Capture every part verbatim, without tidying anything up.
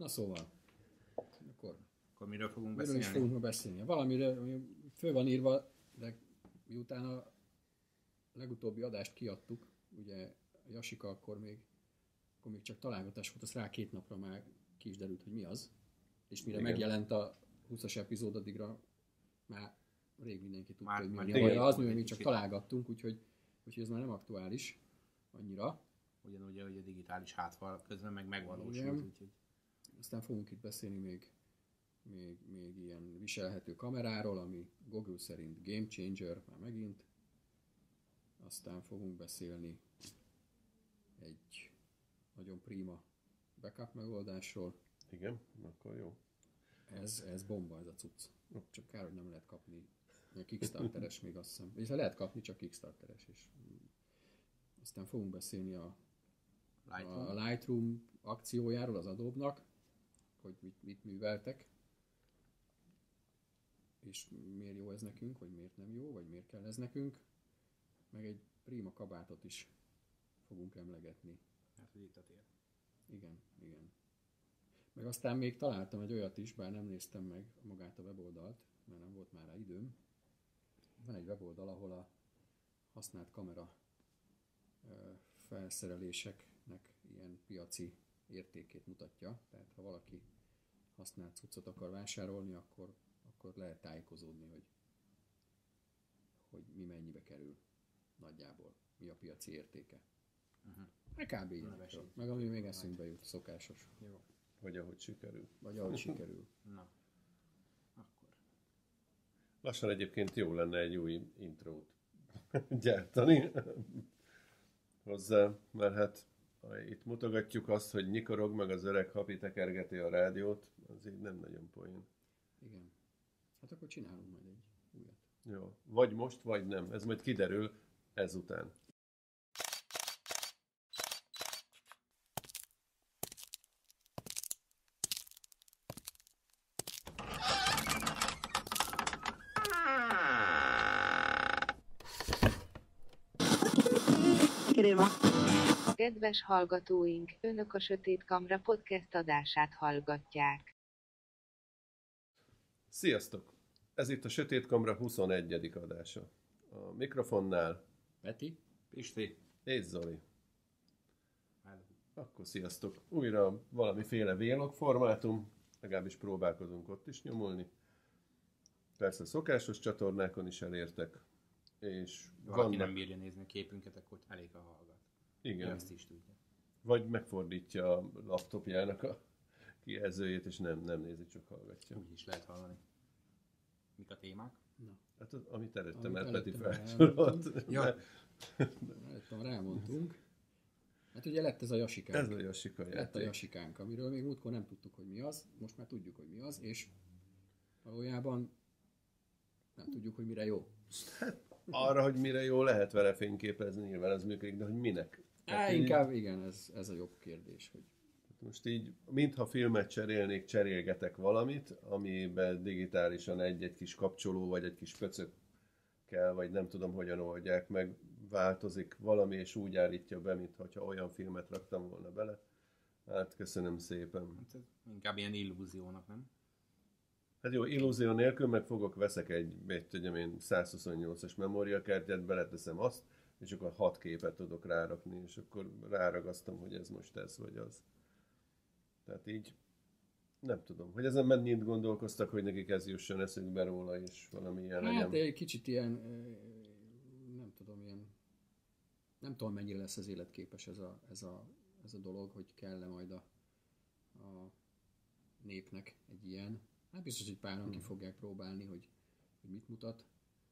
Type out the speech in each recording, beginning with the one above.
Na szóval, akkor, akkor miről fogunk miről beszélni? is fogunk ma beszélni? Valamire föl van írva, de miután a legutóbbi adást kiadtuk, ugye Jasika akkor még, akkor még csak találgatás volt, az rá két napra már ki is derült, hogy mi az. És mire igen. megjelent a huszas epizód, addigra már rég mindenki tudta, már, hogy mi a nyavaja az, mi még csak találgattunk, úgyhogy, úgyhogy ez már nem aktuális annyira. Ugyanúgy, hogy a digitális hátfal közben meg megvalósult. Úgyhogy... Aztán fogunk itt beszélni még, még, még ilyen viselhető kameráról, ami Google szerint game changer, már megint. Aztán fogunk beszélni egy nagyon prima backup megoldásról. Igen, akkor jó. Ez, ez bomba, ez a cucc. Csak kár, hogy nem lehet kapni. A Kickstarteres még azt hiszem. És lehet kapni, csak Kickstarteres is. Aztán fogunk beszélni a Lightroom, a Lightroom akciójáról az Adobe-nak, hogy mit, mit műveltek, és miért jó ez nekünk, vagy miért nem jó, vagy miért kell ez nekünk. Meg egy prima kabátot is fogunk emlegetni. Hát, hogy itt a tér. Igen, igen. Meg aztán még találtam egy olyat is, bár nem néztem meg magát a weboldalt, mert nem volt már rá időm. Van egy weboldal, ahol a használt kamera felszereléseknek ilyen piaci értékét mutatja. Tehát ha valaki használt cuccot akar vásárolni, akkor, akkor lehet tájékozódni, hogy, hogy mi mennyibe kerül nagyjából, mi a piaci értéke. Uh-huh. Meg kb. Ilyenekről. Meg ami még eszünkbe jut, szokásos. Jó. Vagy ahogy sikerül. Vagy ahogy sikerül. Na, akkor. Lassan egyébként jó lenne egy új intrót gyártani hozzá, mert hát itt mutogatjuk azt, hogy nyikorog, meg az öreg hapi tekergeti a rádiót, az így nem nagyon poén. Igen. Hát akkor csinálunk majd egy újat. Jó. Vagy most, vagy nem. Ez majd kiderül ezután. Kedves hallgatóink, Önök a Sötét Kamra podcast adását hallgatják. Sziasztok! Ez itt a Sötét Kamra huszonegyedik adása. A mikrofonnál Peti, Pisti és Zoli. Hello. Akkor sziasztok! Újra valamiféle vlog formátum, legalábbis próbálkozunk ott is nyomulni. Persze szokásos csatornákon is elértek. És valaki vannak... nem bírja nézni a képünket, akkor elég a hallgat. Igen. Ő ezt is tudja. Vagy megfordítja a laptopjának a kijelzőjét, és nem, nem nézi, csak hallgatja. Úgy is lehet hallani. Mik a témák? na, Hát az, amit előtte, Amit mert Peti előtte felsorolt. Ja. előttem rámondtunk. Hát ugye lett ez a Jasikánk. Ez a Jasika Lett a játék. Jasikánk, amiről még múltkor nem tudtuk, hogy mi az. Most már tudjuk, hogy mi az, és valójában nem tudjuk, hogy mire jó. Arra, hogy mire jó lehet vele fényképezni, nyilván ez működik, de hogy minek? Á, inkább igen, ez, ez a jobb kérdés. Hogy... Most így, mintha filmet cserélnék, cserélgetek valamit, amiben digitálisan egy-egy kis kapcsoló, vagy egy kis pöcök kell, vagy nem tudom, hogyan oldják meg, változik valami, és úgy állítja be, mintha olyan filmet raktam volna bele. Hát köszönöm szépen. Hát ez inkább ilyen illúziónak, nem? Hát jó, illúzió nélkül meg fogok, veszek egy, egy tudjam én, százhuszonnyolcas memóriakártyát, beleteszem azt, és akkor hat képet tudok rárakni, és akkor ráragasztom, hogy ez most ez vagy az. Tehát így, nem tudom, hogy ezen mennyit gondolkoztak, hogy nekik ez jusson eszükbe róla, és valami ilyen Hát legyen. egy kicsit ilyen, nem tudom, ilyen, nem tudom, mennyire lesz az életképes ez a, ez a, ez a dolog, hogy kell-e majd a, a népnek egy ilyen. Hát biztos, hogy páran hmm. ki fogják próbálni, hogy, hogy mit mutat,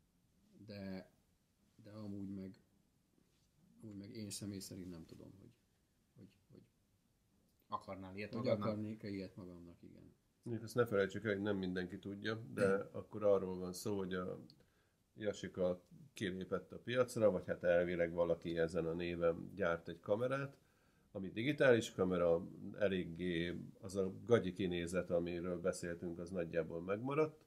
de, de amúgy meg, amúgy meg én személy szerint nem tudom, hogy, hogy, hogy, Akarnál ilyet hogy magadnak? akarnék-e ilyet magamnak, igen. Mondjuk azt ne felejtsük el, hogy nem mindenki tudja, de akkor arról van szó, hogy a Jasika kilépett a piacra, vagy hát elvileg valaki ezen a néven gyárt egy kamerát, ami digitális kamera, eléggé az a gagyi kinézet, amiről beszéltünk, az nagyjából megmaradt,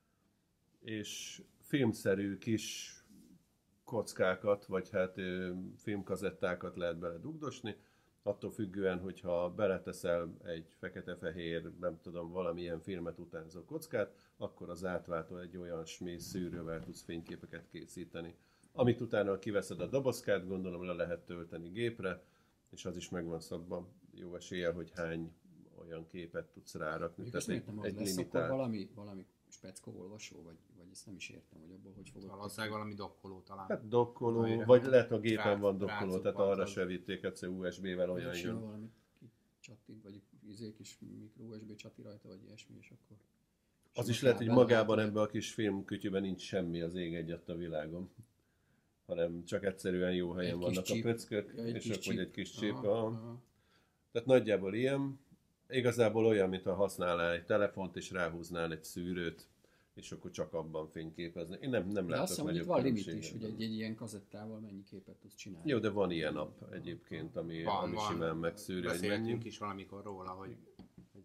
és filmszerű kis kockákat, vagy hát filmkazettákat lehet bele dugdosni, attól függően, hogyha beleteszel egy fekete-fehér, nem tudom, valamilyen filmet utánzó kockát, akkor az átváltó egy olyan smész szűrővel tudsz fényképeket készíteni. Amit utána kiveszed a dobozkát, gondolom le lehet tölteni gépre, és az is megvan szabva jó eséllyel, hogy hány olyan képet tudsz rárakni. Mondjuk ezt miért nem az lesz, akkor valami, valami speckó olvasó, vagy, vagy ezt nem is értem, hogy abból hogy fogod. Valószínűleg valami dokkoló talán. Hát dokkoló, vagy lehet a gépen van dokkoló, tehát arra se vitték, egyszer u es bé-vel olyan jön. Valami csati, vagy izé kis mikro u es bé csati rajta, vagy ilyesmi, és akkor... Az is lehet, hogy magában ebben a kis filmkütyűben nincs semmi az ég egyet a világon, hanem csak egyszerűen jó helyen vannak a pöckök, és akkor egy kis csíp. Tehát nagyjából ilyen. Igazából olyan, mintha használnál egy telefont, és ráhúznál egy szűrőt, és akkor csak abban fényképezni. Én nem, nem de látok nagyobb nagyobb van limit is, különbséget. hogy egy, egy ilyen kazettával mennyi képet tudsz csinálni. Jó, de van ilyen app egyébként, ami, Van, ami van. simán megszűrő, hogy Beszéltünk mennyi. is valamikor róla, hogy, hogy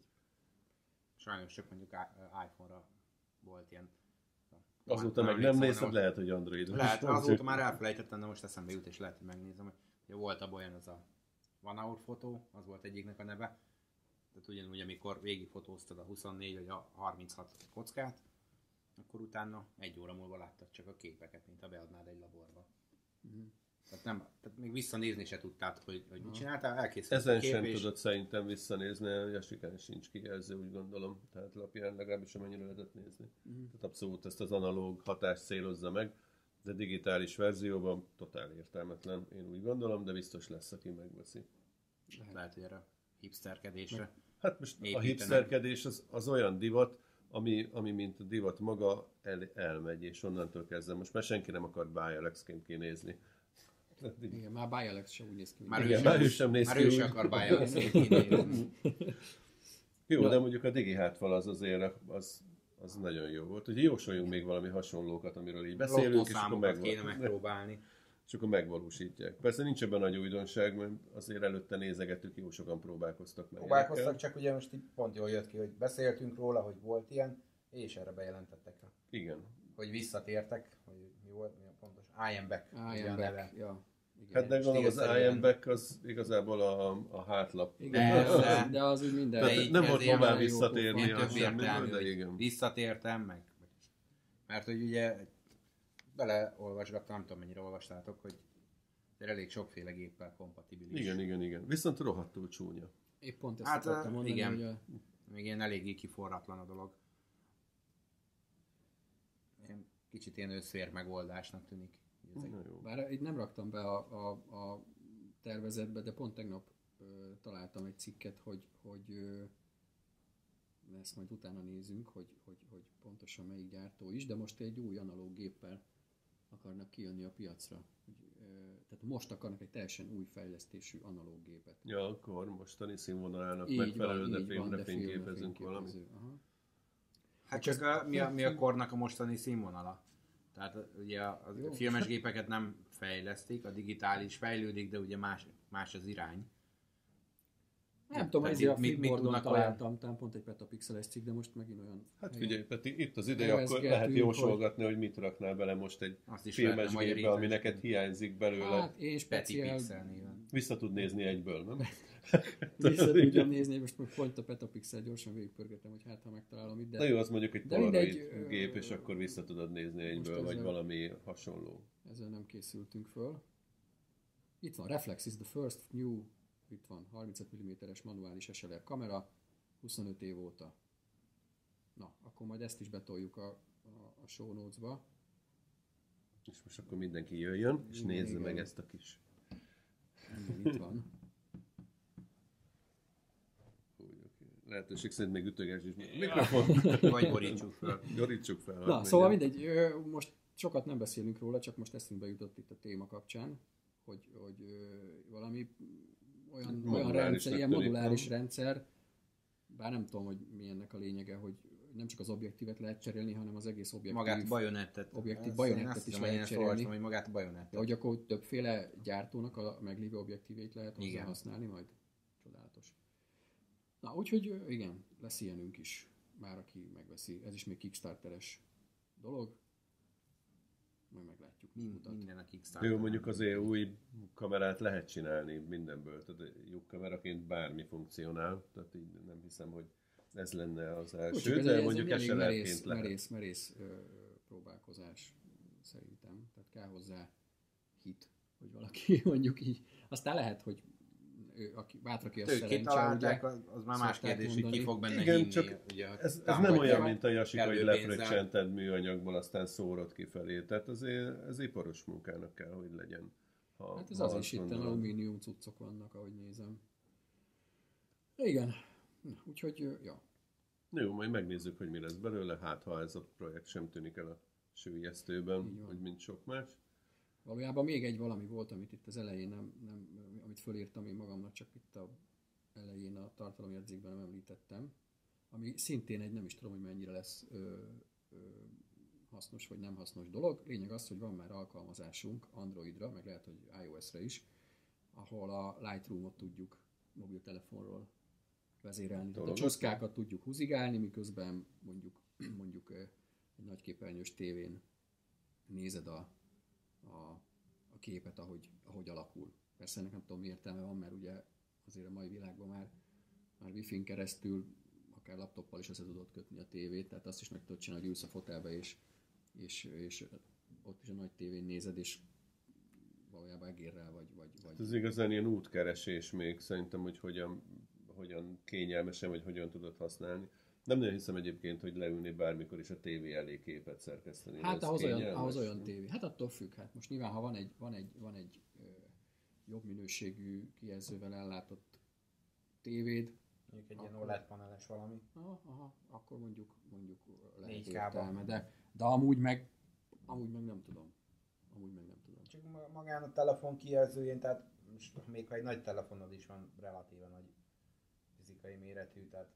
sajnos csak mondjuk iPhone-ra volt ilyen. Azóta Már meg nem emlékszem, nézed, hogy lehet, hogy Androidon lehet, is van. azóta már elfelejtettem, de most eszembe jut, és lehet, hogy megnézem, hogy ugye volt abban olyan az a One Hour Photo, az volt egyiknek a neve. Tehát ugyanúgy, amikor végigfotóztad a huszonnégy vagy a harminchat kockát, akkor utána egy óra múlva láttad csak a képeket, mint ha beadnád egy laborba. Mm. Tehát, nem, tehát még visszanézni se tudtad, hogy, hogy mit csináltál, elkészült Ezen a kép, sem és... tudod szerintem visszanézni, a Jasikán sincs kijelző, úgy gondolom. Tehát lapján legalábbis amennyire lehetett nézni. Mm. Tehát abszolút ezt az analóg hatást célozza meg, de digitális verzióban totál értelmetlen, én úgy gondolom, de biztos lesz, aki megveszi. Lehet, Lehet hogy erre hipsterkedésre. Hát most építenek. A hipsterkedés az, az olyan divat, ami, ami mint a divat maga el, elmegy, és onnantól kezdve most már senki nem akar Bialex-ként kinézni. Igen, már Bialex sem úgy néz ki. Már, Igen, ő, már ő sem, sem néz már ki ő úgy. sem akar Bialex-ként kinézni. Jó, de mondjuk a digi hátfal az azért az, az nagyon jó volt. Ugye jósoljunk még valami hasonlókat, amiről így beszélünk, és akkor, Lottószámokat kéne megval- megpróbálni. és akkor megvalósítják. Persze nincs ebben nagy újdonság, mert azért előtte nézegettük, jó sokan próbálkoztak meg. Próbálkoztak, csak ugye most így pont jól jött ki, hogy beszéltünk róla, hogy volt ilyen, és erre bejelentettek rá. Igen. Hogy visszatértek, hogy mi volt, mi a pontos. I am back. I ugye a am neve. back, ja. Igen. Hát de gondolom az I stílszerűen. am back az igazából a, a hátlap. Igen, Persze. de az úgy minden. Tehát így nem ez volt ilyen hová nagyon jó visszatérni Ilyen a több semmiből, értelmű, de hogy igen. visszatértem, meg, meg mert hogy ugye beleolvasgattam, nem tudom mennyire olvastátok, hogy elég sokféle géppel kompatibilis. Igen, igen, igen. Viszont rohadtul csúnya. Épp pont ezt Hát, akartam mondani, igen. hogy a, Még ilyen eléggé kiforratlan a dolog. Ilyen kicsit ilyen összfér megoldásnak tűnik. Ezek. Na jó. bár itt nem raktam be a, a, a tervezetbe, de pont tegnap ö, találtam egy cikket, hogy, hogy ö, ezt majd utána nézünk, hogy, hogy, hogy pontosan melyik gyártó is, de most egy új analóg géppel akarnak kijönni a piacra. Hogy, ö, tehát most akarnak egy teljesen új fejlesztésű analóg gépet. Ja, akkor mostani színvonalának Így megfelelő, van, de így van, filmre de filmre fényképezünk valamit. fényképező. Aha. Hát csak a, mi, a, mi a kornak a mostani színvonala? Tehát ugye a, a Jó. filmes gépeket nem fejlesztik, a digitális fejlődik, de ugye más, más az irány. Nem tudom, Tehát ezért a mit- mit Flipboardon tudnak találtam, talán pont egy petapixeles cikk, de most megint olyan... Hát helyen- figyelj, Peti, itt az ideje, akkor Nevezgetünk, lehet jósolgatni, hogy mit raknál bele most egy Azt is filmes lehetne gépbe, magyarítani. ami neked hiányzik belőle. Hát én Peti speciál Pixel néven. Vissza tud nézni egyből, nem? vissza tudjam nézni, most most pont a petapixel gyorsan végigpörgetem, hogy hát ha megtalálom itt, de Na jó, az mondjuk egy De Polaroid mindegy, gép, ö, és akkor vissza tudod nézni egyből, most vagy ezzel- valami hasonló. ezzel nem készültünk föl. Itt van, Reflex is the first new, itt van, harmincöt milliméteres manuális es el er kamera, huszonöt év óta. Na, akkor majd ezt is betoljuk a, a, a show notes-ba. És most akkor mindenki jöjjön, és Igen, nézze igen. meg ezt a kis... Igen, itt van. Úgy, oké. Lehetőség szerint még ütöges is. Mikrofon. Vagy borítsuk fel. Gyorítsuk fel. Na, hadd szóval menjen. mindegy, ö, most sokat nem beszélünk róla, csak most eszünkbe jutott itt a téma kapcsán, hogy, hogy ö, valami olyan, olyan Modulárisnak rendszer, ilyen tűnik, moduláris nem? rendszer, bár nem tudom, hogy mi ennek a lényege, hogy nem csak az objektívet lehet cserélni, hanem az egész objektív. Magát a bajonettet. objektív Ezt bajonettet én azt is hiszem, hogy én lehet ezt cserélni. olvastam, hogy magát a bajonettet. Ja, hogy akkor többféle gyártónak a meglévő objektívét lehet hozzá Igen. használni majd. Csodálatos. Na, úgyhogy ö, igen, lesz ilyenünk is. Már aki megveszi. Ez is még Kickstarteres dolog. majd meglátjuk. Mind, minden a Kickstarter. Jó, mondjuk azért új kamerát lehet csinálni mindenből, tehát lyuk kameraként bármi funkcionál, tehát így nem hiszem, hogy ez lenne az első, Úgy, de ez mondjuk egy elég merész, es el er-ként lehet. merész, merész ö, próbálkozás szerintem. Tehát kell hozzá hit, hogy valaki mondjuk így. Aztán lehet, hogy ő, aki, bátra ki a Ők szerencse, kitalálták, ugye, az, az már más szokták kérdés, hogy ki mondani. fog benne Igen, hinni. csak Ugye, Ez, ez nem támogatja olyan, a mint a Jasika, hogy kellő pénzzel. lefröccsented műanyagból, aztán szórod kifelé. Tehát azért ez iparos munkának kell, hogy legyen. Ha, Hát ez ha az azt is itt gondolod. alumínium cuccok vannak, ahogy nézem. Igen. Na, úgyhogy, ö, ja. Jó, majd megnézzük, hogy mi lesz belőle, hát ha ez a projekt sem tűnik el a süllyesztőben, Így van. hogy mint sok más. Valójában még egy valami volt, amit itt az elején nem, nem amit fölírtam én magamnak, csak itt a elején a tartalomjegyzékben nem említettem, ami szintén egy nem is tudom, hogy mennyire lesz ö, ö, hasznos vagy nem hasznos dolog. Lényeg az, hogy van már alkalmazásunk Androidra, meg lehet, hogy iOS-re is, ahol a Lightroom-ot tudjuk mobiltelefonról vezérelni. Tehát a Dolog. csúszkákat tudjuk húzigálni, miközben mondjuk, mondjuk ö, egy nagyképernyős tévén nézed a, a, a képet, ahogy, ahogy alakul. Persze ennek nem tudom, mi értelme van, mert ugye azért a mai világban már, már Wi-Fi-n keresztül, akár laptoppal is össze tudod kötni a tévét, tehát azt is meg tudod csinálni, hogy ülsz a fotelbe, és, és, és ott is a nagy tévén nézed, és valójában egérrel vagy... vagy, vagy Ez igazán ilyen útkeresés még szerintem, hogy hogyan, hogyan kényelmesen, vagy hogyan tudod használni. Nem nagyon hiszem egyébként, hogy leülni bármikor is a tévé elé képet szerkeszteni. Hát Ez ahhoz olyan, kényelmes? ahhoz olyan tévé. Hát attól függ. Hát most nyilván, ha van egy, van egy, van egy ö, jobb minőségű kijelzővel ellátott tévéd, Mondjuk egy ilyen Akkor- o led paneles valami. aha, aha, akkor mondjuk, mondjuk lehet négy ká-ban. értelme, de, de amúgy meg, amúgy meg nem tudom. Amúgy meg nem tudom. Csak ma- magán a telefon kijelzőjén, tehát most még ha egy nagy telefonod is van, relatíve nagy fizikai méretű, tehát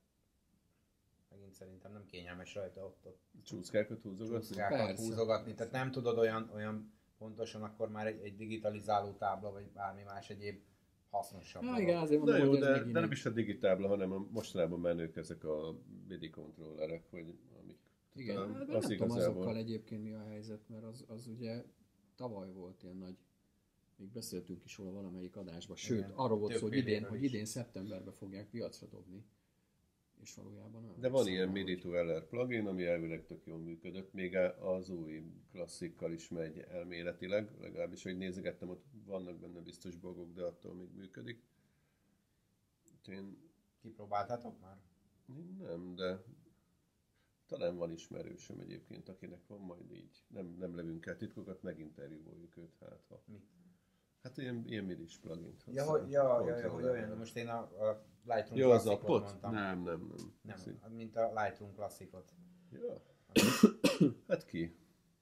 megint szerintem nem kényelmes rajta ott, ott Csúszkákat húzogatni? csúszkákat Persze. húzogatni, tehát nem tudod olyan, olyan pontosan akkor már egy, egy digitalizáló tábla, vagy bármi más egyéb hasznosabb. Ja, dolog. igen, azért Na mondom, jó, hogy ez de, megint de nem egy- is a digitábla, hanem a mostanában menők ezek a MIDI kontrollerek, vagy amik... Igen, talán hát, nem tudom igazából- azokkal egyébként mi a helyzet, mert az, az ugye tavaly volt ilyen nagy, még beszéltünk is róla valamelyik adásban, sőt, Igen, arról volt több szó, hogy idén, féléről hogy is. idén szeptemberben fogják piacra dobni, és valójában nem. De van emlékszem ilyen rá, MIDI hogy- to L R plugin, ami elvileg tök jól működött, még az új klasszikkal is megy elméletileg, legalábbis, hogy nézegettem, ott vannak benne biztos bugok, de attól még működik. Én Kipróbáltátok már? én nem, de talán van ismerősöm egyébként, akinek van, majd így nem, nem levünk el titkokat, meginterjúvoljuk őt, hát ha. Mit? Hát ilyen, ilyen midis plugint Ja, használ. hogy, ja, ja, ja, hogy Kontrollerrel. olyan, most én a, a Lightroom Jó, az klasszikot appot? mondtam. Nem, nem, nem. Nem, Szí- mint a Lightroom klasszikot. Ja. Hát ki?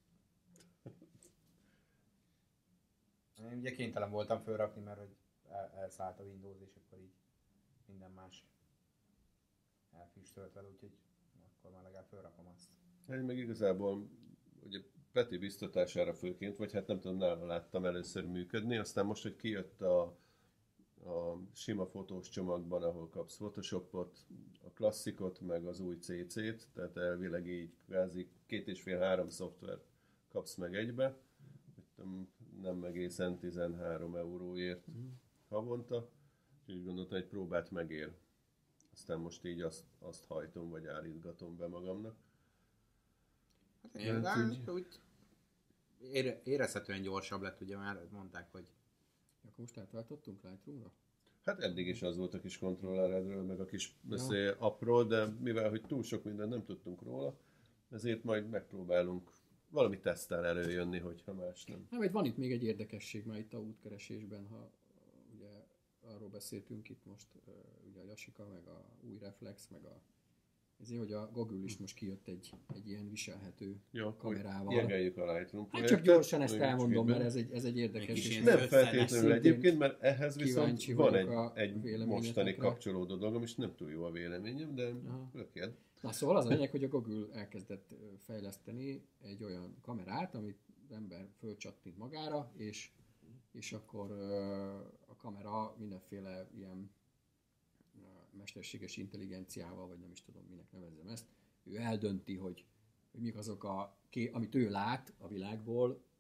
Én ugye kénytelen voltam fölrakni, mert hogy el, elszállt a Windows, és akkor így minden más elfüstölt vele, úgyhogy akkor már legalább fölrakom azt. Én meg igazából ugye Peti biztatására főként, vagy hát nem tudom, nála láttam először működni, aztán most, hogy kijött a, a sima fotós csomagban, ahol kapsz Photoshopot, a klasszikot, meg az új cé cét, tehát elvileg így kvázi két és fél-három szoftvert kapsz meg egybe, nem, nem egészen tizenhárom euróért havonta, és úgy gondoltam, hogy próbát megér. Aztán most így azt, azt hajtom, vagy állítgatom be magamnak. Hát én- én, Hát hát, úgy- úgy ére, érezhetően gyorsabb lett, ugye már mondták, hogy Akkor most átváltottunk Lightroomra? Hát eddig is az volt a kis kontrolleredről, meg a kis ja. appról, de mivel hogy túl sok mindent nem tudtunk róla, ezért majd megpróbálunk valami teszttel előjönni, hogyha más nem. Nem, itt van itt még egy érdekesség már itt a útkeresésben, ha ugye arról beszéltünk itt most, uh, ugye a Jasika, meg a új Reflex, meg a ezért, hogy a Google is most kijött egy, egy ilyen viselhető Jó, kamerával. jegeljük a Lightroom Hát projektet. csak gyorsan ezt Nagyon elmondom, csügyben. mert ez egy, ez egy érdekes. Egy kis és ilyen Nem Össze- feltétlenül szintén egyébként, mert ehhez viszont kíváncsi van vagyok egy, a egy mostani véleményetekre. kapcsolódó dolgom, és nem túl jó a véleményem, de Aha. lökjed. Na szóval az a lényeg, hogy a Google elkezdett ö, fejleszteni egy olyan kamerát, amit az ember fölcsattint magára, és, és akkor ö, a kamera mindenféle ilyen ö, mesterséges intelligenciával, vagy nem is tudom, minek nevezzem ezt, ő eldönti, hogy, hogy mik azok a ké, amit ő lát a világból,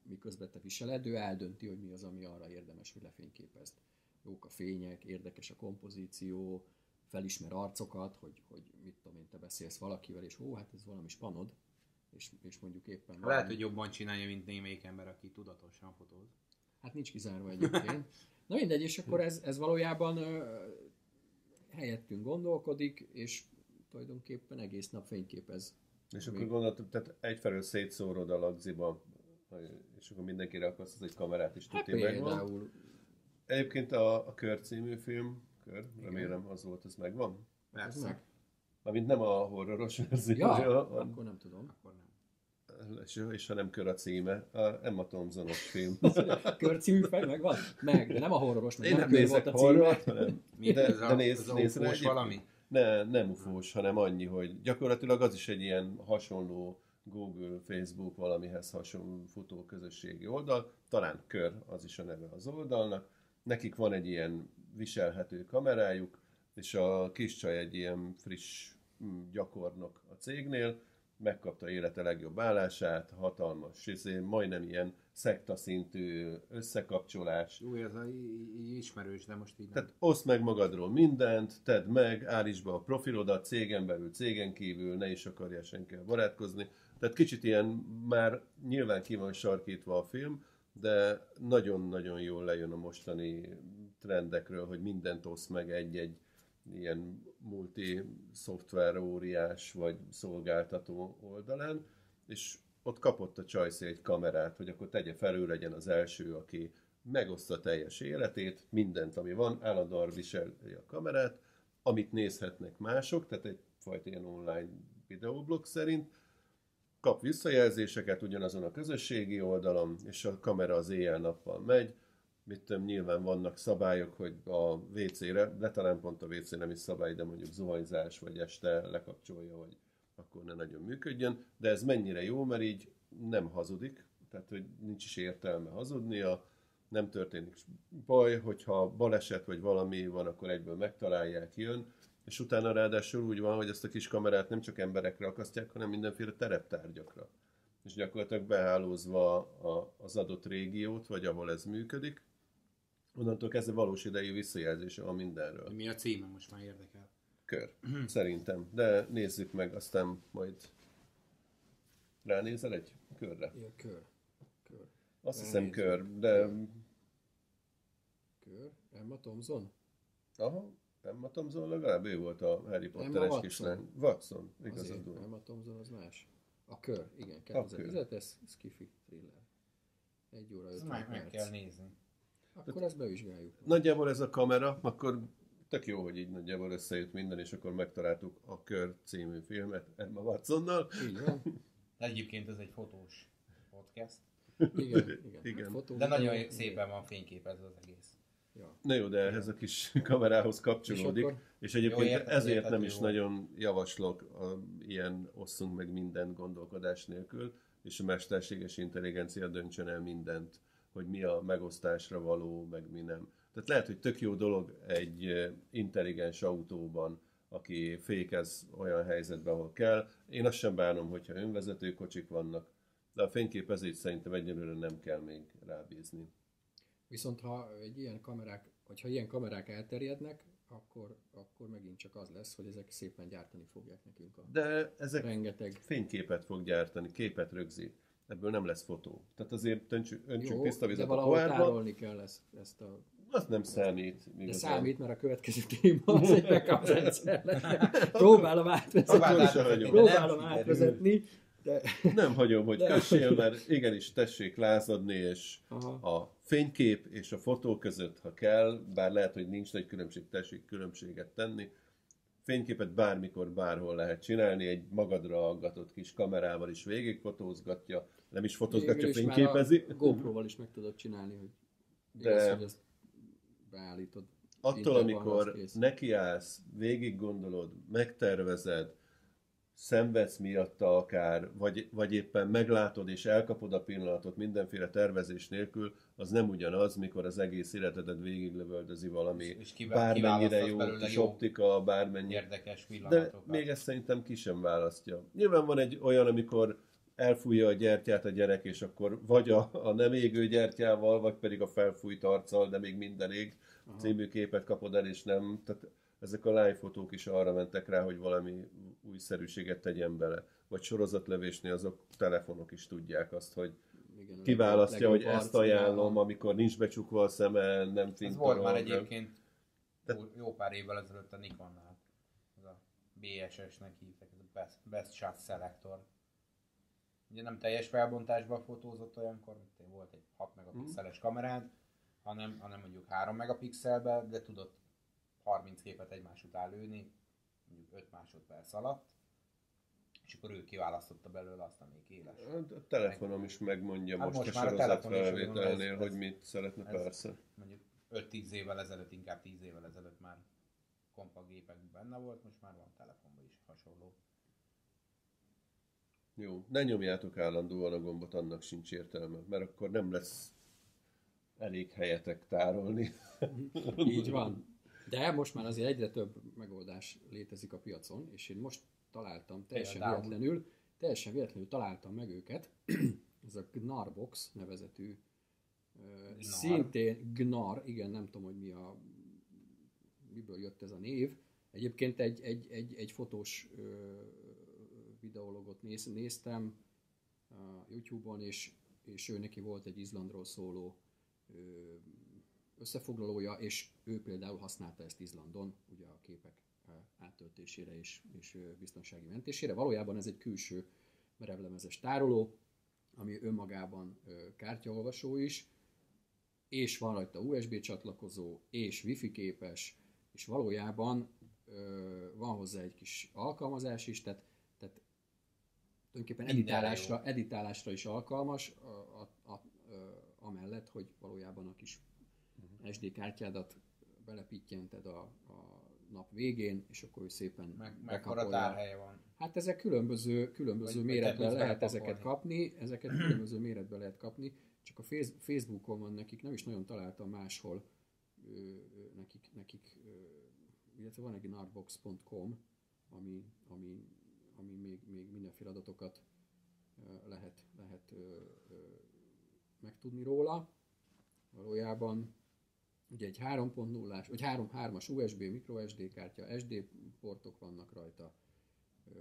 miközben te viseled, ő eldönti, hogy mi az, ami arra érdemes, hogy lefényképezd. Jók a fények, érdekes a kompozíció, felismer arcokat, hogy, hogy mit tudom én, te beszélsz valakivel, és ó, hát ez valami spanod, és, és mondjuk éppen... Lehet, valami... hogy jobban csinálja, mint némelyik ember, aki tudatosan fotóz. Hát nincs kizárva egyébként. Na mindegy, és akkor ez, ez valójában ö, helyettünk gondolkodik, és tulajdonképpen egész nap fényképez. És akkor gondoltam, tehát egyfelől szétszórod a lagziba, és akkor mindenkire akarsz az egy kamerát is hát tudja megvan. Például... Egyébként a, a Kör című film, Kör, remélem az volt, az megvan? Persze. Meg. Mármint nem a horroros verzió. Ja, a, akkor nem tudom. Akkor nem. És, és ha nem Kör a címe, a Emma Thompsonos film. Kör című fel megvan? Meg, de nem a horroros, meg Én nem nem Kör volt nézek a címe. horrort, hanem... Mi de, ez de a, néz, ez a néz rá ufós egyébként. valami? Ne, nem ufós, hanem annyi, hogy gyakorlatilag az is egy ilyen hasonló Google, Facebook valamihez hasonló futóközösségi oldal, talán Kör, az is a neve az oldalnak. Nekik van egy ilyen viselhető kamerájuk, és a kis csaj egy ilyen friss gyakornok a cégnél, megkapta élete legjobb állását, hatalmas, majdnem ilyen szektaszintű összekapcsolás. Új, ez a, így ismerős, de most így nem. Tehát oszd meg magadról mindent, tedd meg, állítsd be a profilodat, cégen belül, cégen kívül, ne is akarja senkivel barátkozni. Tehát kicsit ilyen, már nyilván ki van sarkítva a film, de nagyon-nagyon jól lejön a mostani trendekről, hogy mindent osz meg egy-egy ilyen multi-szoftver óriás vagy szolgáltató oldalán, és ott kapott a csajszé egy kamerát, hogy akkor tegye fel, ő legyen az első, aki megoszta teljes életét, mindent, ami van, állandóan viseli a kamerát, amit nézhetnek mások, tehát egyfajta ilyen online videoblog szerint, kap visszajelzéseket ugyanazon a közösségi oldalon, és a kamera az éjjel-nappal megy. Mit tudom, nyilván vannak szabályok, hogy a vé cére, de talán pont a vé cé nem is szabály, de mondjuk zuhanyzás, vagy este lekapcsolja, vagy akkor ne nagyon működjön. De ez mennyire jó, mert így nem hazudik, tehát hogy nincs is értelme hazudnia, nem történik baj, hogyha baleset vagy valami van, akkor egyből megtalálják, jön, és utána ráadásul úgy van, hogy ezt a kis kamerát nem csak emberekre akasztják, hanem mindenféle tereptárgyakra. És gyakorlatilag behálózva a, az adott régiót, vagy ahol ez működik, onnantól kezdve valós idejű visszajelzése van mindenről. Mi a címe, most már érdekel. Kör, szerintem. De nézzük meg, aztán majd ránézel egy körre. Ja, Kör. Kör. Azt hiszem Ránézzük. Kör, de... Kör? Emma Thompson? Aha, Emma Thompson legalább ő volt a Harry Emma Potteres Watson. kislány. Watson, Azért, igazad van. Emma Thompson az más. A Kör, igen, kétezer-tíz, ez skifi thriller. Egy óra Ezt ötven meg, meg perc. kell nézni. Akkor ezt bevizsgáljuk. Nagyjából ez a kamera, akkor tök jó, hogy így nagyjából összejött minden, és akkor megtaláltuk a Kör című filmet Emma Watsonnal. Így van. De egyébként ez egy fotós podcast. Igen, igen. Igen. Hát fotó, De nagyon videó, szépen van fényképezve az egész. Ja. Na jó, de ehhez a kis kamerához kapcsolódik, És és, akkor- és egyébként Jó, értem, ezért érthető nem is volt. nagyon javaslok a, ilyen osszunk meg mindent gondolkodás nélkül, és a mesterséges intelligencia döntsön el mindent, hogy mi a megosztásra való, meg mi nem. Tehát lehet, hogy tök jó dolog egy eh, intelligens autóban, aki fékez olyan helyzetben, ahol kell. Én azt sem bánom, hogyha önvezető kocsik vannak, de a fényképezést szerintem egyelőre nem kell még rábízni. Viszont ha egy ilyen kamerák, hogyha ilyen kamerák elterjednek, akkor, akkor megint csak az lesz, hogy ezek szépen gyártani fogják nekünk a De ezek rengeteg. fényképet fog gyártani, képet rögzít. Ebből nem lesz fotó. Tehát azért öntsük, öntsük Jó, tiszta de vizet a valahol pohárba, tárolni kell ezt, ezt a... az nem számít. De igazán. számít, mert a következő téma az egy backup rendszer. Próbálom átvezetni. Akkor is hagyom. Próbálom Nem átvezetni, de... Nem hagyom, hogy De- kössél, mert igenis tessék lázadni, és Aha. a fénykép és a fotó között, ha kell, bár lehet, hogy nincs nagy különbség, tessék különbséget tenni. Fényképet bármikor, bárhol lehet csinálni, egy magadra aggatott kis kamerával is végigfotózgatja, nem is fotózgatja, Végül is már fényképezi. A GoPro-val is meg tudod csinálni, hogy De- igaz, hogy ezt beállítod. Attól, Intervallhoz amikor kész. nekiállsz, végig gondolod, megtervezed, szenvedsz miatta akár, vagy, vagy éppen meglátod és elkapod a pillanatot mindenféle tervezés nélkül, az nem ugyanaz, mikor az egész életedet végiglövöldözi valami És kivá- bármennyire kiválasztasz jó belőle kis jó, optika, bármennyire. érdekes De pillanatokat. még ezt szerintem ki sem választja. Nyilván van egy olyan, amikor elfújja a gyertyát a gyerek, és akkor vagy a, a nem égő gyertyával, vagy pedig a felfújt arccal, de még minden ég című képet kapod el, és nem. Tehát ezek a live fotók is arra mentek rá, hogy valami újszerűséget tegyen bele. Vagy sorozatlövésnél azok telefonok is tudják azt, hogy Igen, kiválasztja, hogy legjobb ezt ajánlom, arccal. amikor nincs becsukva a szeme, nem Ez fintorol. volt már nem- egyébként De- jó- jó pár évvel ezelőtt a Nikonnál. Ez a bé es es-nek hívták, ez a Best, Best Shot Selector. Ugye nem teljes felbontásban fotózott olyankor, mint volt egy hat megapixeles kamerád, hanem, hanem mondjuk három megapixelbe, de tudott harminc képet egymás után lőni, mondjuk öt másodperc alatt, és akkor ő kiválasztotta belőle azt, amelyik éles. A telefonom is megmondja Hát most, most a már a telefon is sorozatfelvételnél, ez- hogy ez- mit szeretne, ez- persze. Mondjuk öt-tíz évvel ezelőtt, inkább tíz évvel ezelőtt már kompakt gépekben benne volt, most már van telefonban is hasonló. Jó, ne nyomjátok állandóan a gombot, annak sincs értelme, mert akkor nem lesz elég helyetek tárolni. Így van. De most már azért egyre több megoldás létezik a piacon, és én most találtam, teljesen Például? véletlenül, teljesen véletlenül találtam meg őket. Ez a Gnarbox nevezetű, ö, szintén Gnar, igen, nem tudom, hogy mi a, miből jött ez a név. Egyébként egy, egy, egy, egy fotós ö, videólogot néz, néztem a YouTube-on, és, és ő neki volt egy Izlandról szóló ö, összefoglalója, és ő például használta ezt Izlandon, ugye a képek áttöltésére és, és biztonsági mentésére. Valójában ez egy külső merevlemezes tároló, ami önmagában kártyaolvasó is, és van rajta u es bé csatlakozó, és wifi képes, és valójában van hozzá egy kis alkalmazás is, tehát, tehát tulajdonképpen Mindenre editálásra, editálásra is alkalmas, a, a, a, a, amellett, hogy valójában a kis es dé kártyádat belepítjented a, a nap végén, és akkor ő szépen Meg, mekkora bekapolja. tárhelye van. Hát ezek különböző, különböző Vagy- vagy méretben te tudsz lehet belepakolni. ezeket kapni, ezeket különböző méretben lehet kapni, csak a Face- Facebookon van nekik, nem is nagyon találtam máshol ö, ö, nekik, nekik ö, illetve van egy gnarbox pont com, ami, ami, ami még, még mindenféle adatokat ö, lehet, lehet ö, ö, megtudni róla. Valójában ugye egy három pont nullás, vagy három pontos hármas u es bé, micro es dé kártya, es dé portok vannak rajta. Ö,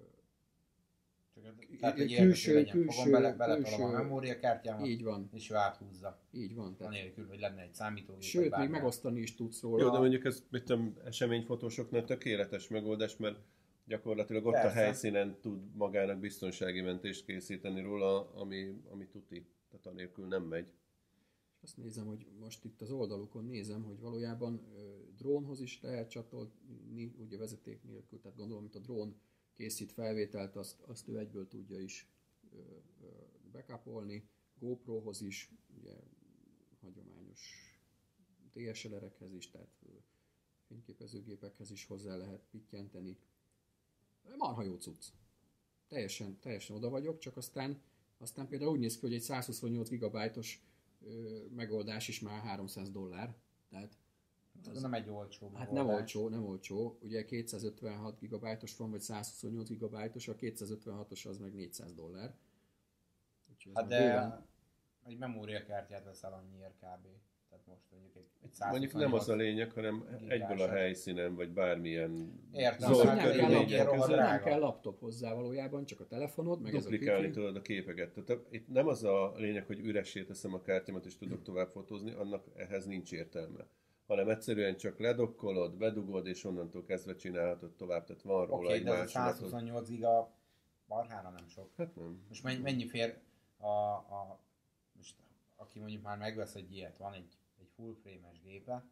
Csak, tehát, hogy külső- külső, legyen. külső- Fogom bele, beletolom külső- a memóriakártyámat, így van, és ő áthúzza. így van. Tehát, Anélkül, hogy lenne egy számítógép. sőt, vagy még bármi. megosztani is tudsz róla. Jó, de mondjuk ez mit tudom, eseményfotósoknál tökéletes megoldás, mert gyakorlatilag ott Persze. a helyszínen tud magának biztonsági mentést készíteni róla, ami, ami tuti. Tehát anélkül nem megy. Azt nézem, hogy most itt az oldalukon nézem, hogy valójában ö, drónhoz is lehet csatolni, ugye vezeték nélkül, tehát gondolom, hogy a drón készít felvételt, azt, azt ő egyből tudja is ö, ö, backupolni, GoProhoz is, ugye hagyományos dé es el er-ekhez is, tehát ö, fényképezőgépekhez is hozzá lehet pittyenteni. Marha jó cucc. Teljesen, teljesen oda vagyok, csak aztán, aztán például úgy néz ki, hogy egy százhuszonnyolc gigabájtos ö, megoldás is már háromszáz dollár. Tehát Ez nem egy olcsó hát nem megoldás. olcsó, nem olcsó. Ugye kétszázötvenhat gigabájtos van, vagy százhuszonnyolc gigabájtos, a kétszázötvenhatos az meg négyszáz dollár. Úgyhogy ez Hát már de bőven- egy memóriakártyát veszel annyiért kb. Tehát most mondjuk egy, egy Mondjuk nem az a százhuszonnyolc lényeg, hanem egyből a gigásat. helyszínen, vagy bármilyen Értem, Szóval Zöld nem kell, körülmények laptop, között. nem drága. kell laptop hozzá valójában, csak a telefonod, meg ez a duplikálni wifi. tudod a képeket. Tehát itt nem az a lényeg, hogy üressé teszem a kártyámat és tudok tovább fotózni, annak ehhez nincs értelme. Hanem egyszerűen csak ledokkolod, bedugod, és onnantól kezdve csinálhatod tovább. Tehát van róla Oké, egy de ez a másolatod. százhuszonnyolc giga marhára nem sok. Hát nem. Most mennyi, mennyi fér a, a most, aki mondjuk már megvesz egy ilyet, van egy, egy full frame-es gépe,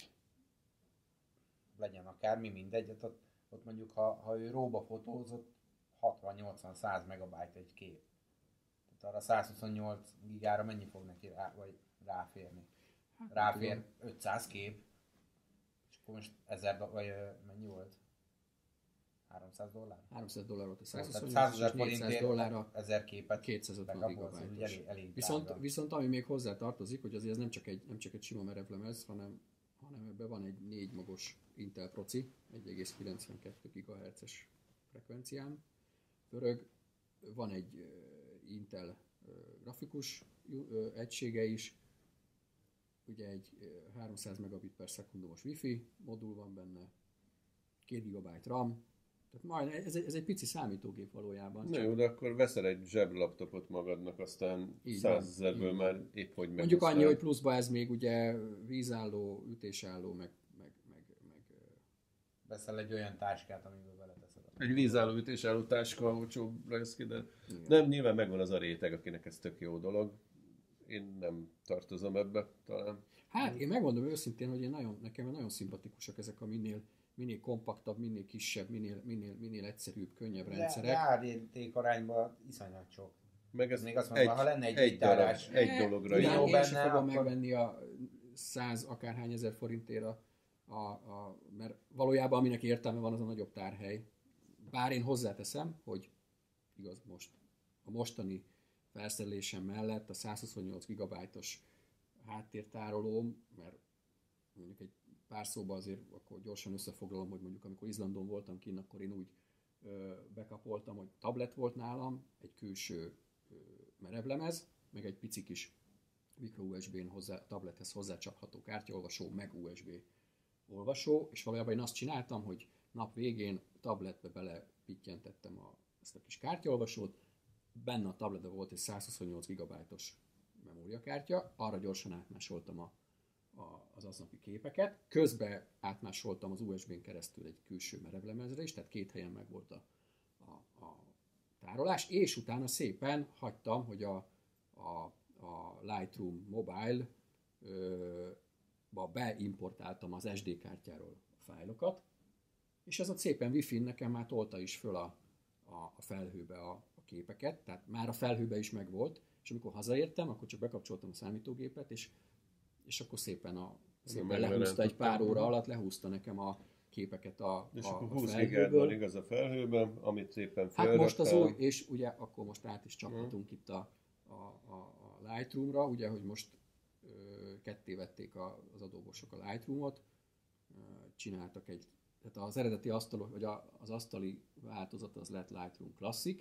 legyen akármi, mindegy, hát ott, ott mondjuk, ha, ha ő róba fotózott, hatvan-nyolcvan-száz megabyte egy kép. Tehát arra százhuszonnyolc gigára mennyi fog neki rá, vagy ráférni? Hát, Ráfér nem tudom. ötszáz kép, és akkor most ezer, do- vagy ö, mennyi volt? háromszáz dollár? háromszáz dollár volt a Tehát százhuszonnyolc, százezer és négyszáz forintért dollárra ezer képet kétszázötven bekapolsz, ez gigabájtos. ugye elég, elég Viszont, drága. viszont ami még hozzá tartozik, hogy azért ez nem csak egy, nem csak egy sima merevlemez, hanem, hanem ebben van egy négy magos Intel proci, egy egész kilencvenkettő gigahertzes frekvencián. Pörög, van egy uh, Intel uh, grafikus uh, egysége is, ugye egy uh, háromszáz megabit per szekundumos Wi-Fi modul van benne, két gigabyte RAM, tehát majd ez, egy, ez egy pici számítógép valójában. Na jó, de akkor veszel egy zseblaptopot magadnak, aztán százezerből már épp hogy meg. Mondjuk annyi, hogy pluszba ez még ugye vízálló, ütésálló, meg, meg, meg, meg veszel egy olyan táskát, amiből beleteszed. Egy vízálló, ütésálló táska, olcsóbb lesz ki, de nem, nyilván megvan az a réteg, akinek ez tök jó dolog. Én nem tartozom ebbe talán. Hát én megmondom őszintén, hogy én nagyon, nekem nagyon szimpatikusak ezek a minél, minél kompaktabb, minél kisebb, minél, minél, minél egyszerűbb, könnyebb rendszerek. De árérték arányban iszonyat sok. Meg ez még azt mondom, egy, ha lenne egy, egy, darab, tárás, egy dologra. Én, Jó én benne, sem fogom akkor... megvenni a száz akárhány ezer forintért, a, a, a, mert valójában aminek értelme van, az a nagyobb tárhely. Bár én hozzáteszem, hogy igaz most, a mostani felszerelésem mellett a százhuszonnyolc gigabájtos háttértárolóm, mert mondjuk egy pár szóba azért akkor gyorsan összefoglalom, hogy mondjuk amikor Izlandon voltam kint, akkor én úgy ö, bekapoltam, hogy tablet volt nálam, egy külső ö, merevlemez, meg egy pici kis micro u es bé-n hozzá, tablethez hozzácsapható kártyaolvasó, meg u es bé olvasó, és valójában én azt csináltam, hogy nap végén tabletbe belepityentettem a, ezt a kis kártyaolvasót, benne a tabletben volt egy százhuszonnyolc gigabájtos memóriakártya, arra gyorsan átmásoltam a, a, az aznapi képeket, közben átmásoltam az u es bé-n keresztül egy külső merevlemezre is, tehát két helyen meg volt a, a, a tárolás, és utána szépen hagytam, hogy a, a, a Lightroom Mobile ö, ba beimportáltam az es dé kártyáról a fájlokat, és ez ott szépen Wi-Fi-n nekem már tolta is föl a, a, a felhőbe a, a képeket, tehát már a felhőbe is megvolt, és amikor hazaértem, akkor csak bekapcsoltam a számítógépet, és, és akkor szépen, a, szépen lehúzta egy pár óra alatt, lehúzta nekem a képeket a, és a, akkor a húsz felhőből. gigád van igaz a felhőben, amit szépen Hát most az új, felraktál. és ugye akkor most át is csaphatunk itt a, a, a, a Lightroom-ra, ugye, hogy most ö, ketté vették a, az adóbosok a Lightroom-ot, ö, csináltak egy, tehát az eredeti asztal, vagy a, az asztali változat az lett Lightroom Classic,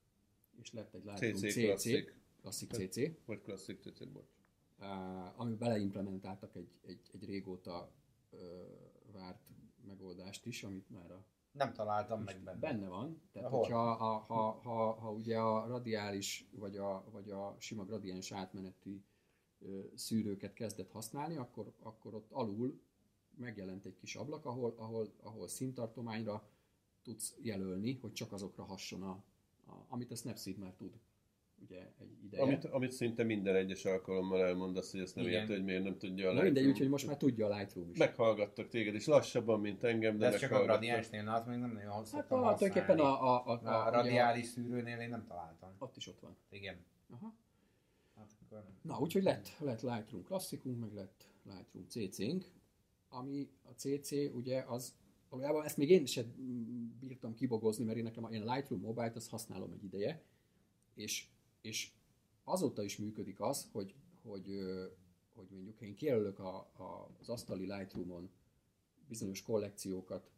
és lett egy Lightroom cé cé cé cé, Classic. Classic cé cé, Vagy Classic cé cé, bocs. uh, ami beleimplementáltak egy, egy, egy régóta uh, várt megoldást is, amit már a Nem találtam meg benne. benne van, tehát Hol? hogyha a, ha, ha, ha ugye a radiális vagy a, vagy a sima gradiens átmeneti ö, szűrőket kezdett használni, akkor, akkor ott alul megjelent egy kis ablak, ahol, ahol, ahol színtartományra tudsz jelölni, hogy csak azokra hasson, a, a, amit a Snapseed már tud. Ugye egy ideje. Amit, amit szinte minden egyes alkalommal elmondasz, hogy ezt nem Igen. érte, hogy miért nem tudja a Na mindegy, Lightroom. úgyhogy most már tudja a Lightroom is. Meghallgattak téged, és lassabban, mint engem, de De ez csak a meghallgattak. gradiensnél, na azt még nem nagyon Hát szoktam a, használni. tulajdonképpen a, a, a, A, a, ugye radiális szűrőnél én nem találtam. Ott is ott van. Igen. Aha. Hát, akkor nem. Na, úgyhogy lett, lett Lightroom klasszikunk, meg lett Lightroom cé cé-nk, ami a cé cé ugye az, valójában ezt még én sem bírtam kibogozni, mert én nekem a, én a Lightroom Mobile-t azt használom egy ideje, és, és azóta is működik az, hogy, hogy, hogy mondjuk ha én kijelölök a, a, az asztali Lightroom-on bizonyos kollekciókat,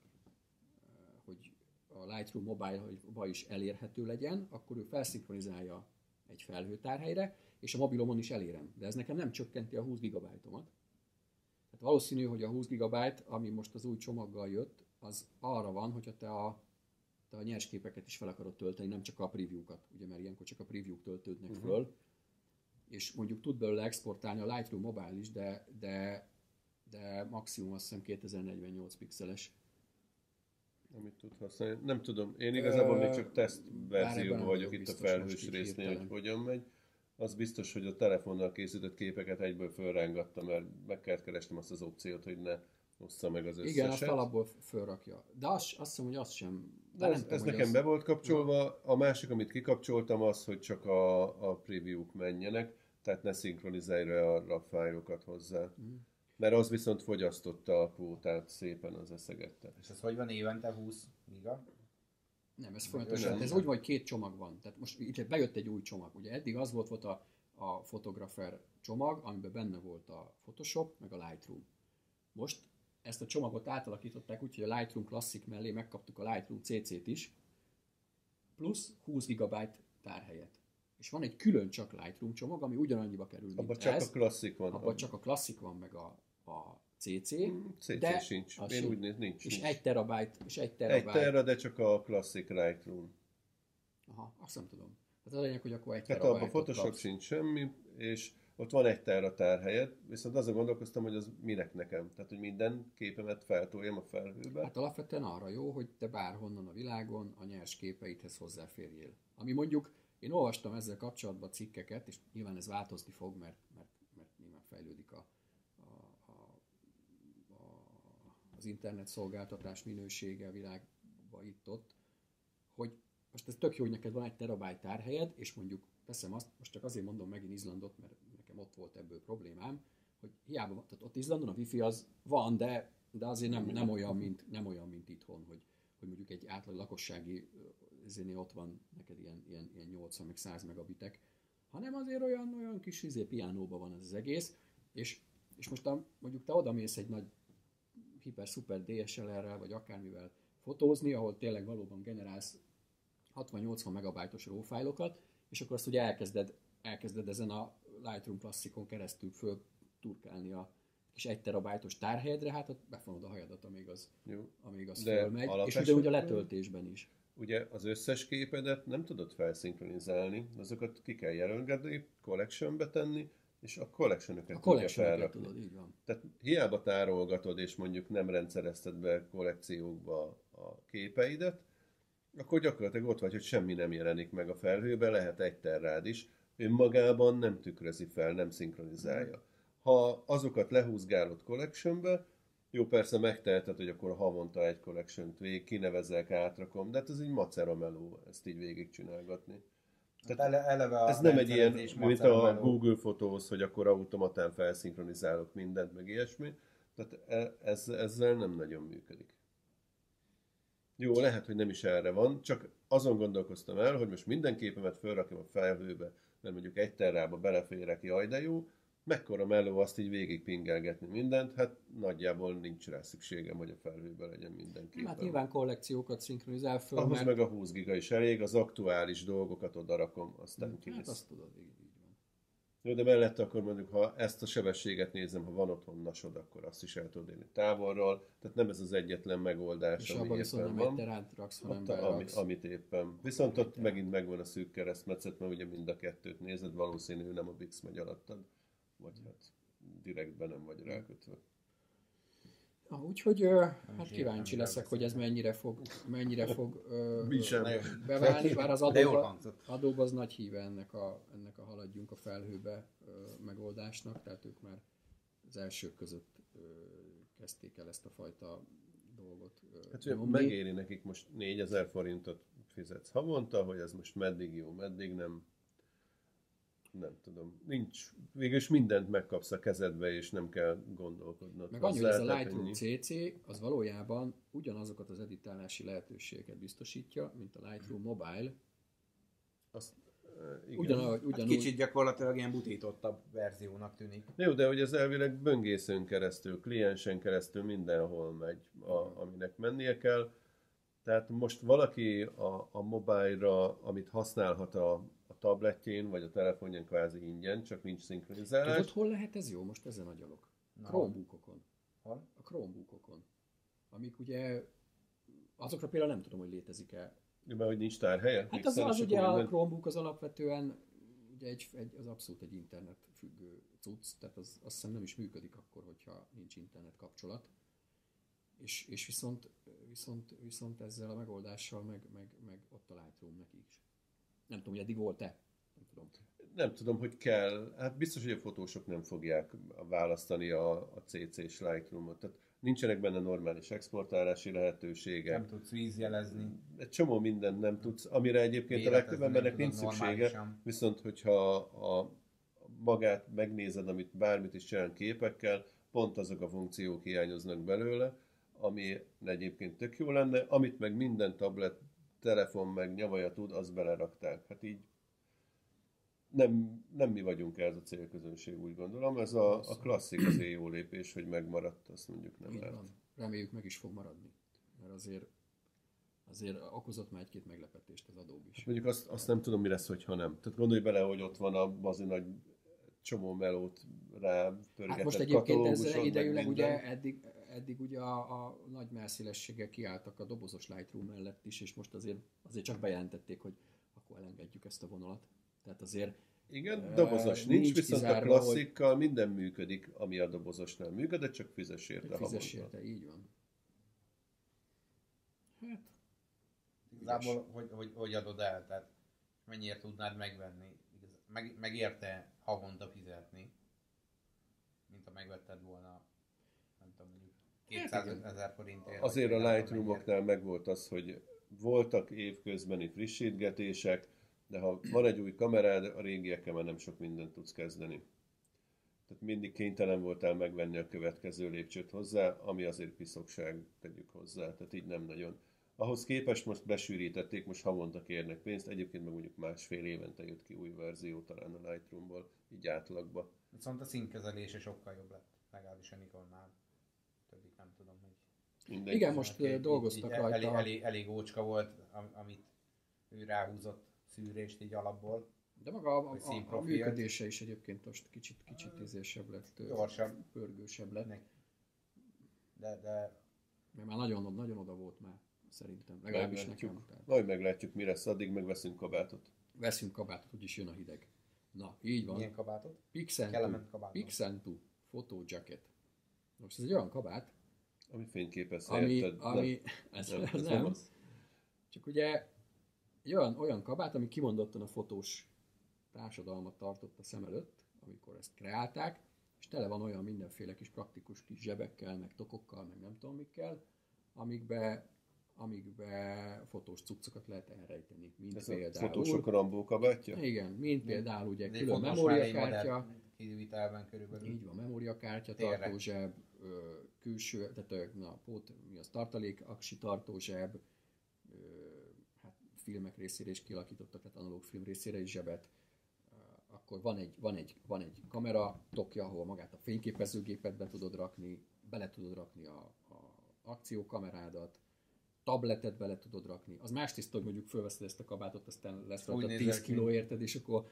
hogy a Lightroom Mobile-ba is elérhető legyen, akkor ő felszinkronizálja egy felhőtárhelyre, és a mobilomon is elérem. De ez nekem nem csökkenti a húsz gigabájtomat. Tehát valószínű, hogy a húsz gigabyte, ami most az új csomaggal jött, az arra van, hogyha te a, te a nyers képeket is fel akarod tölteni, nem csak a preview-kat, ugye, mert ilyenkor csak a preview-k töltődnek uh-huh. föl, és mondjuk tud belőle exportálni a Lightroom Mobile is, de, de, de maximum azt hiszem kétezer-negyvennyolc pixeles. Amit tud használni. Nem tudom, én igazából még csak teszt verzióban vagyok itt a biztos felhős most így résznél, hirtelen. hogy hogyan megy. Az biztos, hogy a telefonnal készített képeket egyből fölrángattam, mert meg kellett keresnem azt az opciót, hogy ne ossza meg az összeset. Igen, azt alapból fölrakja. De azt, azt hiszem, hogy az sem... De ez, nem tudom, ez hogy nekem az- be volt kapcsolva, a másik, amit kikapcsoltam, az, hogy csak a, a preview-k menjenek, tehát ne szinkronizálj rá a, a fájlokat hozzá. Mhm. Mert az viszont fogyasztotta a kvótát szépen, az eszegette. És ez hogy van évente húsz giga? Nem, ez folyamatosan. Nem. Ez úgy van, hogy két csomag van. Tehát most itt bejött egy új csomag. Ugye eddig az volt, volt a, a Photographer csomag, amiben benne volt a Photoshop, meg a Lightroom. Most ezt a csomagot átalakították úgy, hogy a Lightroom Classic mellé megkaptuk a Lightroom cé cé-t is, plusz húsz gigabyte tárhelyet, és van egy külön csak Lightroom csomag, ami ugyanannyiba kerül, mint Abban csak ez, a klasszik van. abban csak a klasszik van, meg a, a cé cé, cé cé de sincs. az Én sincs. úgy néz, nincs. És nincs. egy terabyte, és egy Egy terabyte. terra, de csak a klasszik Lightroom. Aha, azt nem tudom. Hát az a lényeg, hogy akkor egy Tehát terabyte-ot abban Photoshop kapsz. sincs semmi, és ott van egy terra tárhelyed, viszont azon gondolkoztam, hogy az minek nekem. Tehát, hogy minden képemet feltoljam a felhőbe. Hát alapvetően arra jó, hogy te bárhonnan a világon a nyers képeidhez hozzáférjél. Ami mondjuk, én olvastam ezzel kapcsolatban cikkeket, és nyilván ez változni fog, mert, mert, mert nyilván fejlődik a, a, a, a, az internet szolgáltatás minősége a világban itt-ott, hogy most ez tök jó, hogy neked van egy terabyte tárhelyed, és mondjuk teszem azt, most csak azért mondom megint Izlandot, mert nekem ott volt ebből problémám, hogy hiába van, tehát ott Izlandon a wifi az van, de, de azért nem, nem, olyan, mint, nem olyan, mint itthon, hogy, hogy mondjuk egy átlag lakossági, ezért ott van neked ilyen, ilyen, ilyen nyolcvan meg száz megabitek, hanem azért olyan, olyan kis izé, piánóban van ez az egész, és, és most a, mondjuk te odamész egy nagy hiper-szuper dé es el er-rel, vagy akármivel fotózni, ahol tényleg valóban generálsz hatvan-nyolcvan megabájtos raw fájlokat, és akkor azt ugye elkezded, elkezded ezen a Lightroom klasszikon keresztül föl turkálni a kis egy terabájtos tárhelyedre, hát ott befonod a hajadat, amíg az, Jó. amíg az De fölmegy, és alapesetben- ugyanúgy a letöltésben is. Ugye az összes képedet nem tudod felszinkronizálni, azokat ki kell jelölgetni, collectionbe tenni, és a collectionöket A tudja collection felrakni. tudod, így van. Tehát hiába tárolgatod, és mondjuk nem rendszerezted be kollekciókba a képeidet, akkor gyakorlatilag ott vagy, hogy semmi nem jelenik meg a felhőben, lehet egy terrád is, önmagában nem tükrözi fel, nem szinkronizálja. Ha azokat lehúzgálod collectionbe, jó, persze megteheted, hogy akkor havonta egy collection-t végig kinevezzek, átrakom, de hát ez egy macera meló, ezt így végigcsinálgatni. Tehát ele, eleve a Ez nem egy ilyen, rendszerezés mint macera a meló. Google Photos, hogy akkor automatán felszinkronizálok mindent, meg ilyesmi. Tehát e- ez, ezzel nem nagyon működik. Jó, lehet, hogy nem is erre van, csak azon gondolkoztam el, hogy most minden képemet felrakom a felhőbe, mert mondjuk egy terrába beleférek, jaj de jó, mekkora meló azt így végig pingelgetni mindent, hát nagyjából nincs rá szükségem, hogy a felhőbe legyen minden képen. Hát nyilván kollekciókat szinkronizál föl, Ahhoz mert... meg a húsz giga is elég, az aktuális dolgokat odarakom, aztán Hát kivisz. azt tudod, így, így van. Jó, de mellette akkor mondjuk, ha ezt a sebességet nézem, ha van otthon nasod, akkor azt is el tudod élni távolról. Tehát nem ez az egyetlen megoldás, És ami abban viszont éppen nem egy van. terát raksz, hanem Ott, ami, beraksz. amit éppen. Viszont ott megint megvan a szűk keresztmetszet, mert ugye mind a kettőt nézed, valószínű nem a Bix megy alattad. Vagy hát direktben nem vagy rákötve. Ah, úgyhogy ö, hát is kíváncsi értem, leszek, hogy ez mennyire fog, mennyire fog ö, Mi sem. ö, beválni, bár az De jól adóba, hangzott. adóba az nagy híve ennek a, ennek a haladjunk a felhőbe ö, megoldásnak, tehát ők már az elsők között ö, kezdték el ezt a fajta dolgot ö, Hát ugye nyomni. megéri nekik most négyezer forintot fizetsz havonta, hogy ez most meddig jó, meddig nem. Nem tudom. Nincs. Végülis mindent megkapsz a kezedbe, és nem kell gondolkodnod. Meg annyi, hogy ez a tehát Lightroom ennyi. cé cé az valójában ugyanazokat az editálási lehetőségeket biztosítja, mint a Lightroom Mobile. Azt, e, igen. Ugyanahogy, Hát ugyanúgy, kicsit gyakorlatilag ilyen butítottabb verziónak tűnik. Jó, de hogy ez elvileg böngészőn keresztül, kliensen keresztül mindenhol megy, a, aminek mennie kell. Tehát most valaki a, a mobile-ra, amit használhat a, a tabletjén, vagy a telefonján kvázi ingyen, csak nincs szinkronizálás. tudod, hol lehet ez jó? Most ezen agyalok. Na. Chromebookokon. Hol? A Chromebookokon. Amik ugye, azokra például nem tudom, hogy létezik-e. Mert hogy nincs tárhelye? Hát Még az, az szeresek ugye a minden- Chromebook az alapvetően ugye egy, egy, az abszolút egy internet függő cucc, tehát az azt hiszem nem is működik akkor, hogyha nincs internet kapcsolat. És, és viszont, viszont, viszont ezzel a megoldással meg, meg, meg ott a Lightroom neki is. Nem tudom, hogy eddig volt-e? Nem tudom. Nem tudom, hogy kell. Hát biztos, hogy a fotósok nem fogják választani a, a cé cés Lightroom-ot. Tehát nincsenek benne normális exportálási lehetőségek. Nem tudsz vízjelezni. Egy csomó mindent nem tudsz, amire egyébként a Méretezni legtöbb nem embernek tudod nincs szüksége. normálisan. Viszont, hogyha a magát megnézed, amit bármit is csinál képekkel, pont azok a funkciók hiányoznak belőle, ami egyébként tök jó lenne, amit meg minden tablet, telefon meg nyavaja tud, azt belerakták. Hát így nem, nem mi vagyunk ez a célközönség, úgy gondolom. Ez a, a klasszik azért jó lépés, hogy megmaradt, azt mondjuk nem Így lehet. van. Reméljük meg is fog maradni. Mert azért azért okozott már egy-két meglepetést az Adobe is. Mondjuk azt, azt nem tudom, mi lesz, hogyha nem. Tehát gondolj bele, hogy ott van a bazi nagy csomó melót rá pörgetett Hát most egyébként ez katalógusod, meg idejűleg minden. ugye eddig, eddig ugye a, a nagy mellszélességgel kiálltak a dobozos Lightroom mellett is, és most azért, azért csak bejelentették, hogy akkor elengedjük ezt a vonalat. Tehát azért Igen, eh, dobozos nincs, nincs viszont a kizárva, klasszikkal minden működik, ami a dobozosnál működött, csak fizess érte fizess havonta. érte, így van. Hát, Igazából, hogy, hogy, hogy adod el, tehát mennyire tudnád megvenni, Igaz- meg, megérte havonta fizetni, mint ha megvetted volna, nem tudom, mondjuk kétszázezer forintért. Azért vagy a nem tudom Lightroomoknál megvolt az, hogy voltak évközbeni frissítgetések, de ha van egy új kamerád, a régiekkel már nem sok mindent tudsz kezdeni. Tehát mindig kénytelen voltál megvenni a következő lépcsőt hozzá, ami azért piszokság, tegyük hozzá, tehát így nem nagyon. Ahhoz képest most besűrítették, most havonta kérnek pénzt, egyébként meg mondjuk másfél évente jött ki új verzió talán a Lightroomból, így átlagba. Viszont a színkezelése sokkal jobb lett, legalábbis a Nikonnál. Többit nem tudom, hogy... Mindegy. igen, most Így- így- dolgoztak így rajta. Elég, elég, elég ócska volt, am- amit ő ráhúzott szűrést így alapból. De maga a, Vagy a, a színprofilt. működése is egyébként most kicsit, kicsit ízésebb lett, ö, Gyorsabb. pörgősebb lett, Ne- De, de mert már nagyon, nagyon oda volt már, szerintem, legalábbis Meglátjuk. nekem. Tehát Majd meglátjuk, mi lesz, addig megveszünk kabátot. veszünk kabátot, úgyis jön a hideg. Na, így van. milyen kabátot? Pixentu, Kellemet kabátot. Pixentu Photo Jacket. Most ez egy olyan kabát, Ami fényképez ami, helyetted. ami ez, nem, nem, ez nem, nem az. csak ugye egy olyan, olyan kabát, ami kimondottan a fotós társadalmat tartotta szem előtt, amikor ezt kreálták, és tele van olyan mindenféle kis praktikus kis zsebekkel, meg tokokkal, meg nem tudom mikkel, amikbe, amikbe fotós cuccokat lehet elrejteni. Mint Ez a például... fotósok Rambó kabátja? Igen, mint például ugye Ez egy külön fotós mellé memóriakártya, modern kivitelben körülbelül. így van, memóriakártya, Térre. tartózseb, ö, külső, tehát ö, na, pót, mi az tartalék, aksi tartózseb, ö, hát filmek részére is kialakítottak, tehát analóg film részére is zsebet. Ö, Akkor van egy, van egy, van egy kamera tokja, ahol magát a fényképezőgépet be tudod rakni, bele tudod rakni a, a akciókamerádat, tabletet bele tudod rakni. Az más tiszta, hogy mondjuk fölveszed ezt a kabátot, aztán lesz Úgy rajta nézel tíz ki. kiló érted, és akkor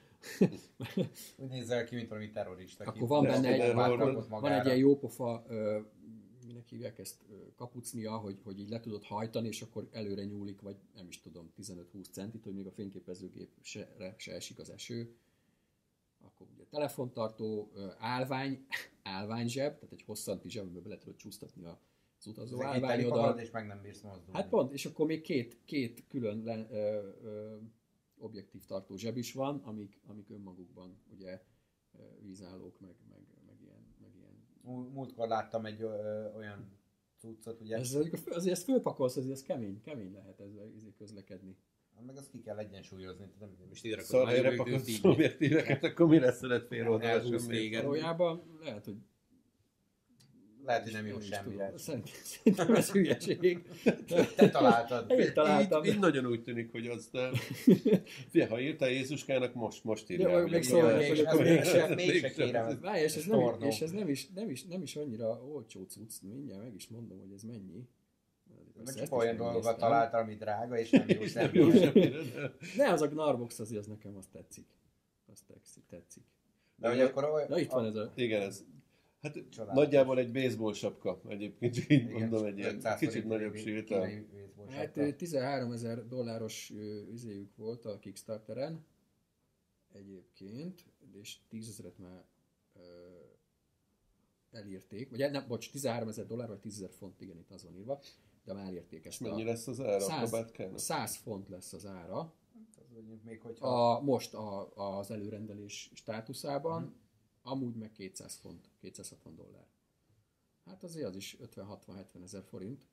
Úgy nézzel ki, mint valami terrorista. akkor van benne egy, terrorról van, van egy ilyen jópofa, ö, minek hívják ezt, ö, kapucnia, hogy, hogy így le tudod hajtani, és akkor előre nyúlik, vagy nem is tudom, tizenöt-húsz centit, hogy még a fényképezőgép se, se esik az eső. Akkor ugye telefontartó, ö, állvány, állványzseb, tehát egy hosszanti zseb, amiben bele tudod csúsztatni az utazó Az egy állványodat. és meg nem bírsz mozdulni. Hát pont, és akkor még két, két külön le, ö, ö, objektív tartó zseb is van, amik, amik önmagukban ugye ö, vízállók, meg, meg, meg ilyen, meg ilyen. Mú- Múltkor láttam egy ö, olyan cuccot, ugye, Ez, azért ezt fölpakolsz, azért ez kemény, kemény lehet ezzel izé közlekedni. meg azt ki kell egyensúlyozni, tehát nem, nem is Most ide rakod Szar a helyre nagyobb pakolsz ütőt, így objektíveket, akkor mire szeret fél oldalra elhúz semmi? téged. Valójában lehet, hogy lehet, hogy nem jó is semmire. tudom. Szerintem, szerintem ez hülyeség. Te találtad. Én találtam. Így, így nagyon úgy tűnik, hogy az, de... Fia, ha írtál Jézuskának, most, most De írjál. még ugye, szólnak, igen, hogy és akkor akkor- mégsem- mégsem mégsem. kérem, ez- Várj, és ez, nem, Storno. és ez nem, is, nem, is, nem is annyira olcsó cucc, mindjárt meg is mondom, hogy ez mennyi. Meg Persze, csak ezt is olyan dolgokat megnéztem. találtam, ami drága, és nem jó Jó semmire. semmire, de- Ne, az a Gnarbox azért az nekem azt tetszik. Azt tetszik, tetszik. De hogy akkor olyan... Na itt van ez a... Igen, ez... Hát Csodálatos. nagyjából egy baseball sapka, egyébként csak így Igen, mondom, egy ilyen ötszáz kicsit forint nagyobb kínai- sétál. kínai baseball Hát sapka. ö, tizenháromezer dolláros ö, izéjük volt a Kickstarteren egyébként, és tízezret már ö, elírték, vagy nem, bocs, tizenháromezer dollár, vagy tízezer font, igen, itt az van írva, de már elérték És ezt mennyi a... lesz az ára a száz, kabátkának? száz font lesz az ára, Az mondjuk még hogyha... a, most a, az előrendelés státuszában, hmm. amúgy meg kétszáz font, kétszázhatvan dollár. Hát azért az is ötven-hatvan-hetven ezer forint.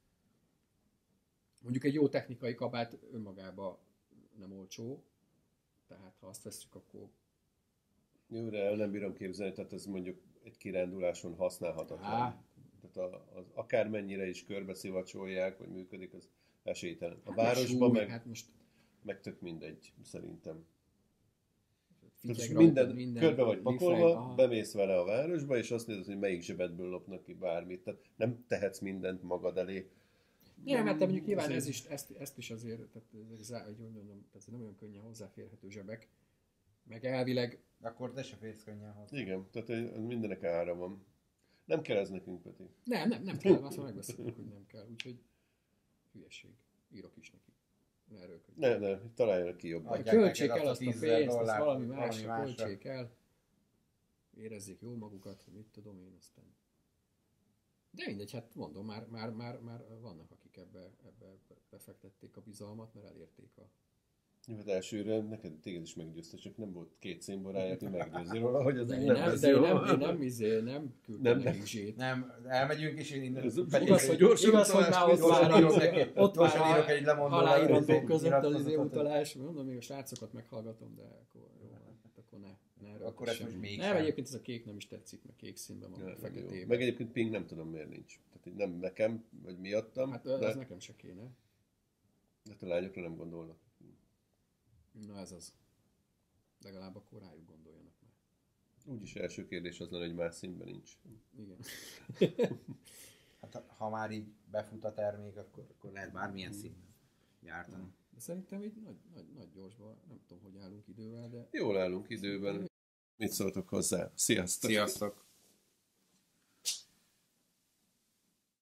Mondjuk egy jó technikai kabát önmagában nem olcsó, tehát ha azt veszük, akkor Jó, de el nem bírom képzelni, tehát ez mondjuk egy kiránduláson használhatatlan. Á. Tehát a, az, akármennyire is körbe szivacsolják, vagy működik, az esélytelen. A hát városban súly, meg, hát most meg tök mindegy, szerintem. figyelj Tehát rajta, minden, minden körbe vagy lifeg, pakolva, aha. bemész vele a városba, és azt nézed, hogy melyik zsebedből lopnak ki bármit. Tehát nem tehetsz mindent magad elé. Nem, mert mondjuk nyilván ez is, ezt, ezt is azért, tehát ezek zá, hogy mondjam, tehát nem olyan könnyen hozzáférhető zsebek, meg elvileg... Akkor te se férsz könnyen hozzá. Igen, tehát hogy mindenek ára van. Nem kell ez nekünk, Peti. Nem, nem, nem kell, azt már megbeszélünk, hogy nem kell, úgyhogy hülyeség. Írok is neki. Ne erőlködjön. Ne, ne, találjanak ki jobban. Adják Költsék neked el azt azt a a tízezer pénzt, azt dollárt, valami valami másra másra. költsék el. Érezzék jól magukat, mit tudom én aztán. De mindegy, hát mondom, már, már, már, már vannak, akik ebbe, ebbe befektették a bizalmat, mert elérték a... Jó, hát elsőre neked téged is meggyőzte, csak nem volt két színboráját, hogy meggyőzni róla, hogy az De nem, én nem nem, lesz de jó. én nem, én nem, izé, nem küldtem Nem, nekik nem. zsét. Nem, elmegyünk és én innen... Ez Pedig Igaz, egy- hogy, gyorsan igaz, hogy már ott utalás, vár, gyorsan a- írok neki- ott vár gyorsan írok egy lemondó aláíratók levelet, között az iratozatot. izé utalás. Mondom, még a srácokat meghallgatom, de akkor jó, hát akkor ne. ne erről Akkor ezt sem. most mégsem. Nem, egyébként ez a kék nem is tetszik, mert kék színben van, Ja, a nem jó. feketében. Meg egyébként ping nem tudom miért nincs. Tehát így nem nekem, vagy miattam, Hát de, az nekem se kéne. de a lányokra nem gondolnak. Na ez az. Legalább akkor rájuk gondoljanak már. Úgyis első kérdés az lenne, hogy más színben nincs. Igen. Hát ha- ha már így befut a termék, akkor... Akkor lehet bármilyen színben gyártani. De szerintem így nagy, nagy, nagy gyorsban, nem tudom, hogy állunk idővel, de Jól állunk időben. Mit szóltok hozzá? Sziasztok! Sziasztok!